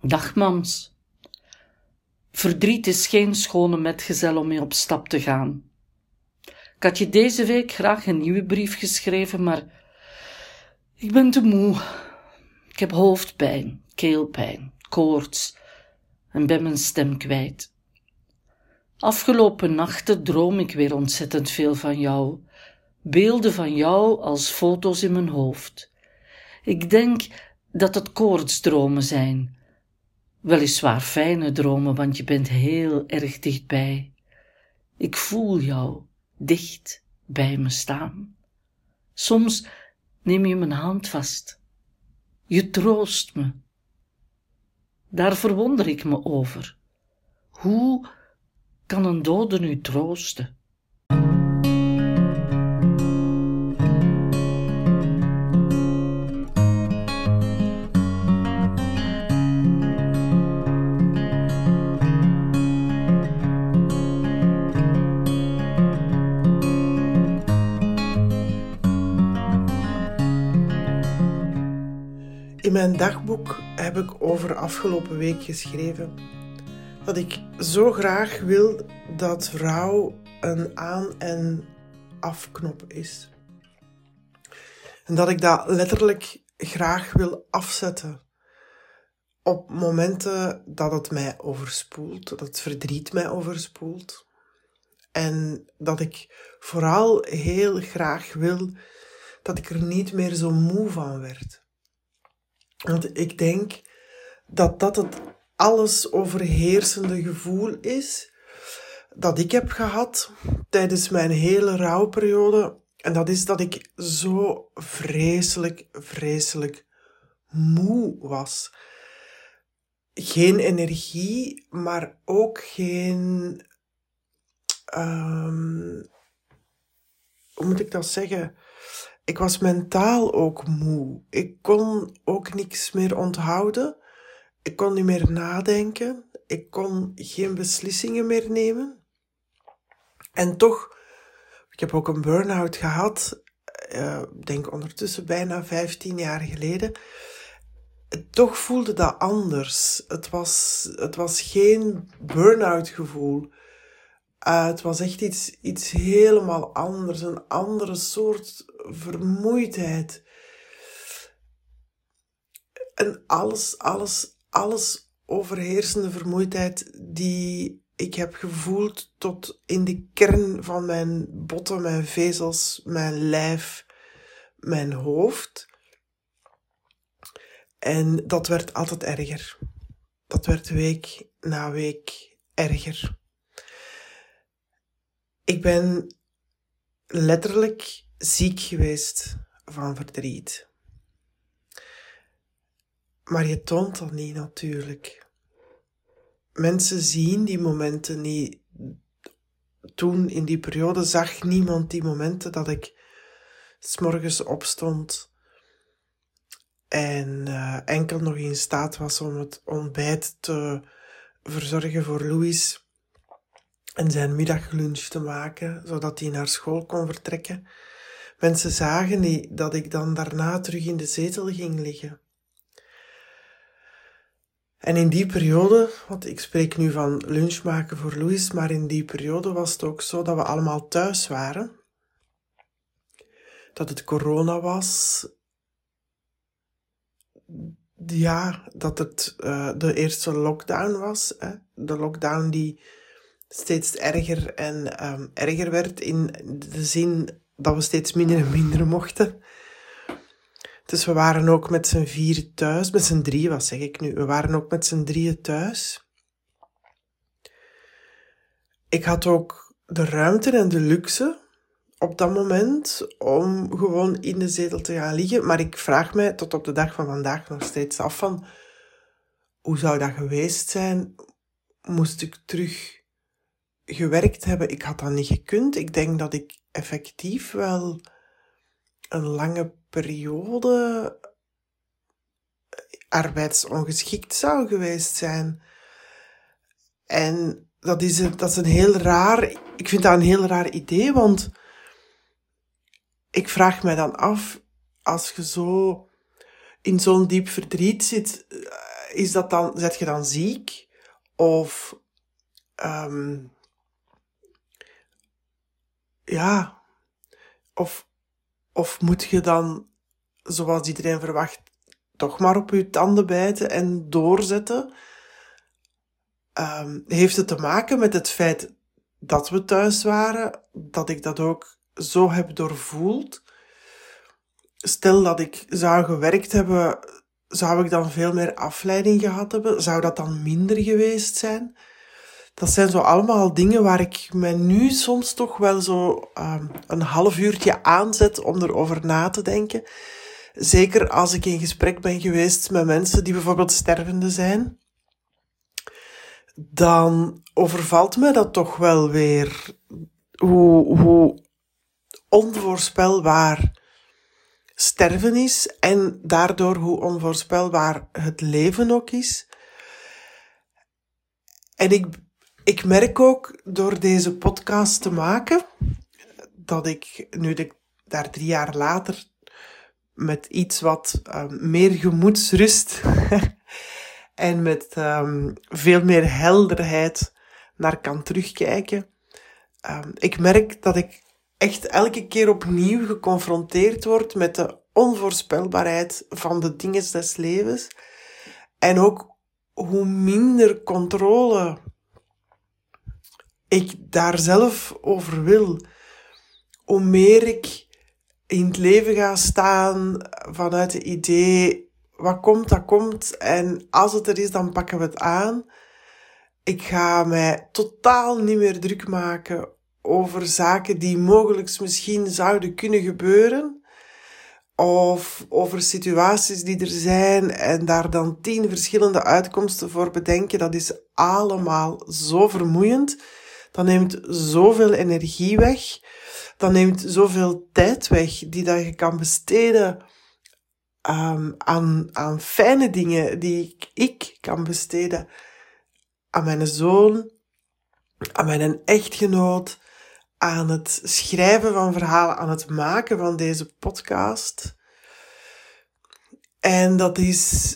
Dag mams. Verdriet is geen schone metgezel om mee op stap te gaan. Ik had je deze week graag een nieuwe brief geschreven, maar ik ben te moe. Ik heb hoofdpijn, keelpijn, koorts en ben mijn stem kwijt. Afgelopen nachten droom ik weer ontzettend veel van jou. Beelden van jou als foto's in mijn hoofd. Ik denk dat het koortsdromen zijn. Weliswaar fijne dromen, want je bent heel erg dichtbij. Ik voel jou dicht bij me staan. Soms neem je mijn hand vast. Je troost me. Daar verwonder ik me over. Hoe kan een dode u troosten? In mijn dagboek heb ik over afgelopen week geschreven dat ik zo graag wil dat vrouw een aan- en afknop is. En dat ik dat letterlijk graag wil afzetten op momenten dat het mij overspoelt, dat het verdriet mij overspoelt. En dat ik vooral heel graag wil dat ik er niet meer zo moe van werd. Want ik denk dat dat het alles overheersende gevoel is dat ik heb gehad tijdens mijn hele rouwperiode. En dat is dat ik zo vreselijk moe was. Geen energie, maar ook geen... hoe moet ik dat zeggen? Ik was mentaal ook moe. Ik kon ook niks meer onthouden. Ik kon niet meer nadenken. Ik kon geen beslissingen meer nemen. En toch, ik heb ook een burn-out gehad. Ik denk ondertussen bijna 15 jaar geleden. Toch voelde dat anders. Het was geen burn-out gevoel. Het was echt iets helemaal anders. Een andere soort vermoeidheid. En alles overheersende vermoeidheid die ik heb gevoeld tot in de kern van mijn botten, mijn vezels, mijn lijf, mijn hoofd. En dat werd altijd erger. Dat werd week na week erger. Ik ben letterlijk ziek geweest van verdriet. Maar je toont dat niet natuurlijk. Mensen zien die momenten niet. Toen in die periode zag niemand die momenten dat ik 's morgens opstond en enkel nog in staat was om het ontbijt te verzorgen voor Louis en zijn middaglunch te maken, zodat hij naar school kon vertrekken. Mensen zagen niet dat ik dan daarna terug in de zetel ging liggen. En in die periode, want ik spreek nu van lunch maken voor Louis, maar in die periode was het ook zo dat we allemaal thuis waren. Dat het corona was. Ja, dat het de eerste lockdown was. De lockdown die steeds erger en erger werd in de zin dat we steeds minder en minder mochten. Dus we waren ook met z'n 4 thuis, met z'n 3, wat zeg ik nu? We waren ook met z'n 3 thuis. Ik had ook de ruimte en de luxe op dat moment om gewoon in de zetel te gaan liggen. Maar ik vraag mij tot op de dag van vandaag nog steeds af van, hoe zou dat geweest zijn? Moest ik terug gewerkt hebben? Ik had dat niet gekund. Ik denk dat ik effectief wel een lange periode arbeidsongeschikt zou geweest zijn. En dat is een heel raar... Ik vind dat een heel raar idee, want ik vraag mij dan af, als je zo in zo'n diep verdriet zit, zet je dan ziek? Of, of moet je dan, zoals iedereen verwacht, toch maar op je tanden bijten en doorzetten? Heeft het te maken met het feit dat we thuis waren, dat ik dat ook zo heb doorvoeld? Stel dat ik zou gewerkt hebben, zou ik dan veel meer afleiding gehad hebben? Zou dat dan minder geweest zijn? Dat zijn zo allemaal dingen waar ik me nu soms toch wel zo een half uurtje aanzet om erover na te denken. Zeker als ik in gesprek ben geweest met mensen die bijvoorbeeld stervende zijn. Dan overvalt me dat toch wel weer. Hoe onvoorspelbaar sterven is. En daardoor hoe onvoorspelbaar het leven ook is. En ik merk ook door deze podcast te maken, dat ik nu daar 3 jaar later met iets wat meer gemoedsrust en met veel meer helderheid naar kan terugkijken. Ik merk dat ik echt elke keer opnieuw geconfronteerd word met de onvoorspelbaarheid van de dingen des levens. En ook hoe minder controle ik daar zelf over wil, hoe meer ik in het leven ga staan vanuit het idee, wat komt, dat komt, en als het er is, dan pakken we het aan. Ik ga mij totaal niet meer druk maken over zaken die mogelijk misschien zouden kunnen gebeuren, of over situaties die er zijn en daar dan 10 verschillende uitkomsten voor bedenken. Dat is allemaal zo vermoeiend. Dat neemt zoveel energie weg. Dat neemt zoveel tijd weg die dat je kan besteden aan fijne dingen die ik kan besteden. Aan mijn zoon, aan mijn echtgenoot, aan het schrijven van verhalen, aan het maken van deze podcast. En dat is,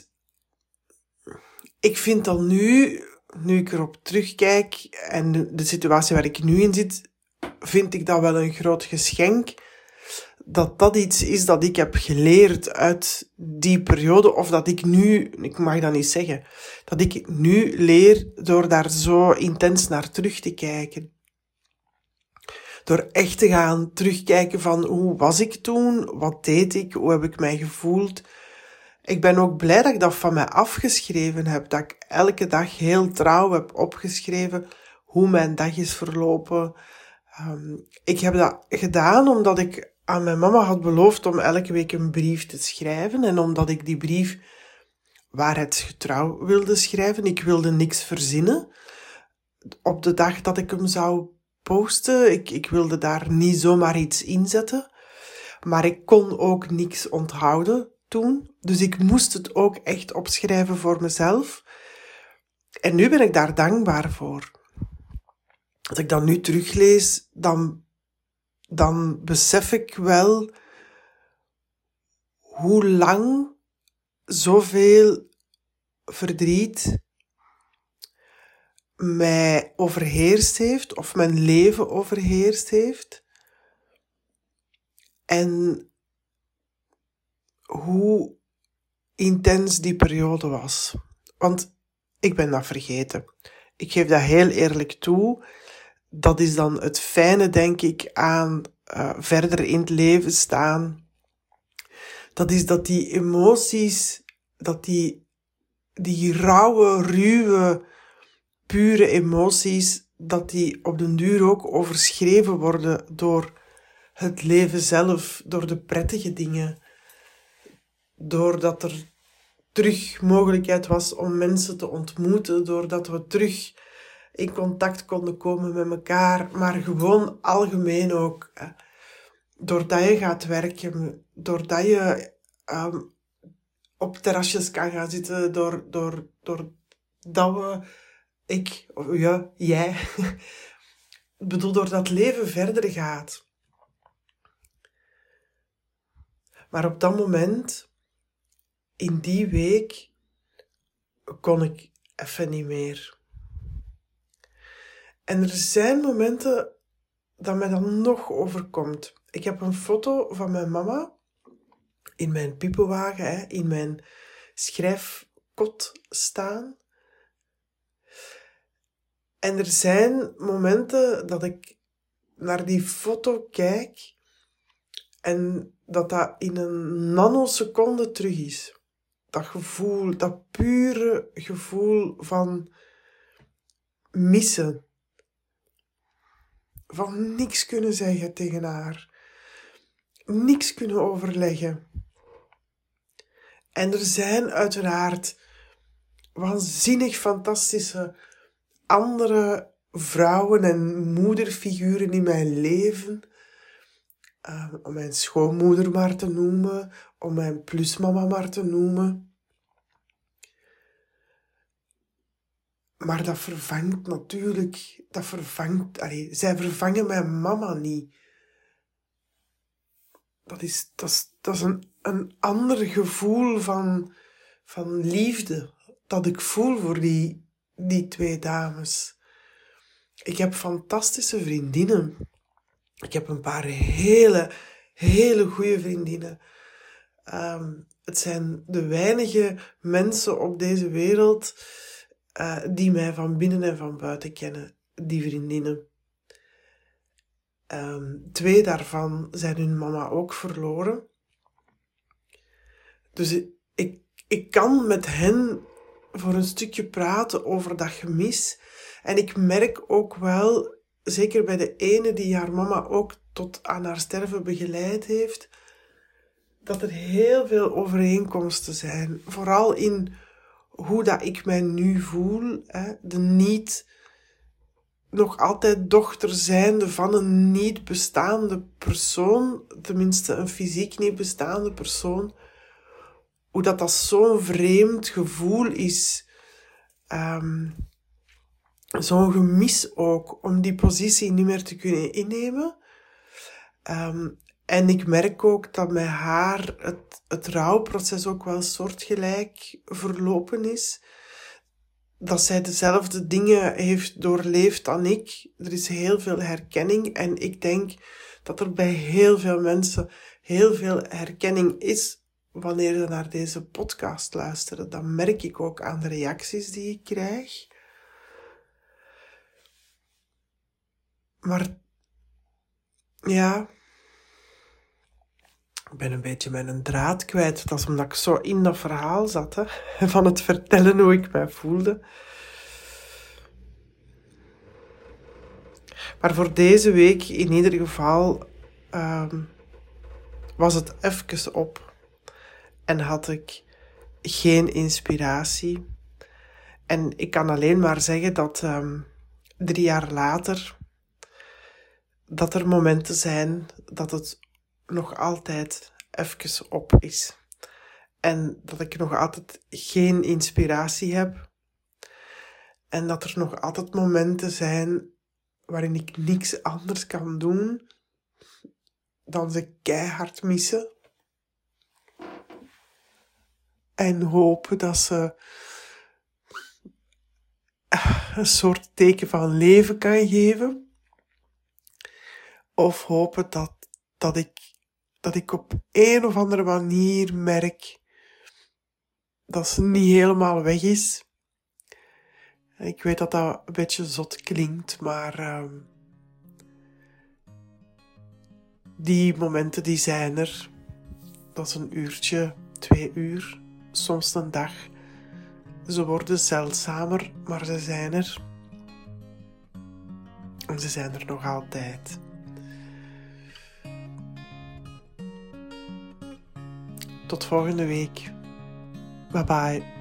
ik vind dat nu ik erop terugkijk en de situatie waar ik nu in zit, vind ik dat wel een groot geschenk. Dat iets is dat ik heb geleerd uit die periode, of dat ik nu, ik mag dat niet zeggen, dat ik nu leer door daar zo intens naar terug te kijken. Door echt te gaan terugkijken van hoe was ik toen, wat deed ik, hoe heb ik mij gevoeld. Ik ben ook blij dat ik dat van mij afgeschreven heb, dat ik elke dag heel trouw heb opgeschreven hoe mijn dag is verlopen. Ik heb dat gedaan omdat ik aan mijn mama had beloofd om elke week een brief te schrijven en omdat ik die brief waarheidsgetrouw wilde schrijven. Ik wilde niks verzinnen op de dag dat ik hem zou posten. Ik wilde daar niet zomaar iets in zetten, maar ik kon ook niks onthouden toen. Dus ik moest het ook echt opschrijven voor mezelf. En nu ben ik daar dankbaar voor. Als ik dat nu teruglees, dan besef ik wel hoe lang zoveel verdriet mij overheerst heeft, of mijn leven overheerst heeft. En hoe intens die periode was. Want ik ben dat vergeten. Ik geef dat heel eerlijk toe. Dat is dan het fijne, denk ik, aan verder in het leven staan. Dat is dat die emoties, dat die rauwe, ruwe, pure emoties, dat die op den duur ook overschreven worden door het leven zelf, door de prettige dingen. Doordat er terug mogelijkheid was om mensen te ontmoeten, doordat we terug in contact konden komen met elkaar, maar gewoon algemeen ook. Doordat je gaat werken, doordat je op terrasjes kan gaan zitten, doordat we, jij, ik bedoel, doordat het leven verder gaat. Maar op dat moment, in die week, kon ik even niet meer. En er zijn momenten dat mij dan nog overkomt. Ik heb een foto van mijn mama in mijn pipowagen, in mijn schrijfkot staan. En er zijn momenten dat ik naar die foto kijk en dat in een nanoseconde terug is. Dat gevoel, dat pure gevoel van missen. Van niks kunnen zeggen tegen haar. Niks kunnen overleggen. En er zijn uiteraard waanzinnig fantastische andere vrouwen en moederfiguren in mijn leven. Om mijn schoonmoeder maar te noemen, om mijn plusmama maar te noemen. Maar dat vervangt natuurlijk, zij vervangen mijn mama niet. Dat is een ander gevoel van liefde dat ik voel voor die twee dames. Ik heb fantastische vriendinnen. Ik heb een paar hele, hele goede vriendinnen. Het zijn de weinige mensen op deze wereld die mij van binnen en van buiten kennen, die vriendinnen. 2 daarvan zijn hun mama ook verloren. Dus ik kan met hen voor een stukje praten over dat gemis. En ik merk ook wel, zeker bij de ene die haar mama ook tot aan haar sterven begeleid heeft, dat er heel veel overeenkomsten zijn. Vooral in hoe dat ik mij nu voel. De niet nog altijd dochter zijnde van een niet bestaande persoon, tenminste een fysiek niet bestaande persoon. Hoe dat zo'n vreemd gevoel is. Zo'n gemis ook, om die positie niet meer te kunnen innemen. En ik merk ook dat met haar het rouwproces ook wel soortgelijk verlopen is. Dat zij dezelfde dingen heeft doorleefd dan ik. Er is heel veel herkenning en ik denk dat er bij heel veel mensen heel veel herkenning is wanneer ze naar deze podcast luisteren. Dat merk ik ook aan de reacties die ik krijg. Maar ja, ik ben een beetje mijn draad kwijt. Dat is omdat ik zo in dat verhaal zat, van het vertellen hoe ik mij voelde. Maar voor deze week in ieder geval was het even op en had ik geen inspiratie. En ik kan alleen maar zeggen dat 3 jaar later, dat er momenten zijn dat het nog altijd even op is. En dat ik nog altijd geen inspiratie heb. En dat er nog altijd momenten zijn waarin ik niks anders kan doen dan ze keihard missen. En hopen dat ze een soort teken van leven kan geven. Of hopen dat ik op een of andere manier merk dat ze niet helemaal weg is. Ik weet dat dat een beetje zot klinkt, maar die momenten die zijn er. Dat is 1 uurtje, 2 uur, soms een dag. Ze worden zeldzamer, maar ze zijn er. En ze zijn er nog altijd. Tot volgende week. Bye bye.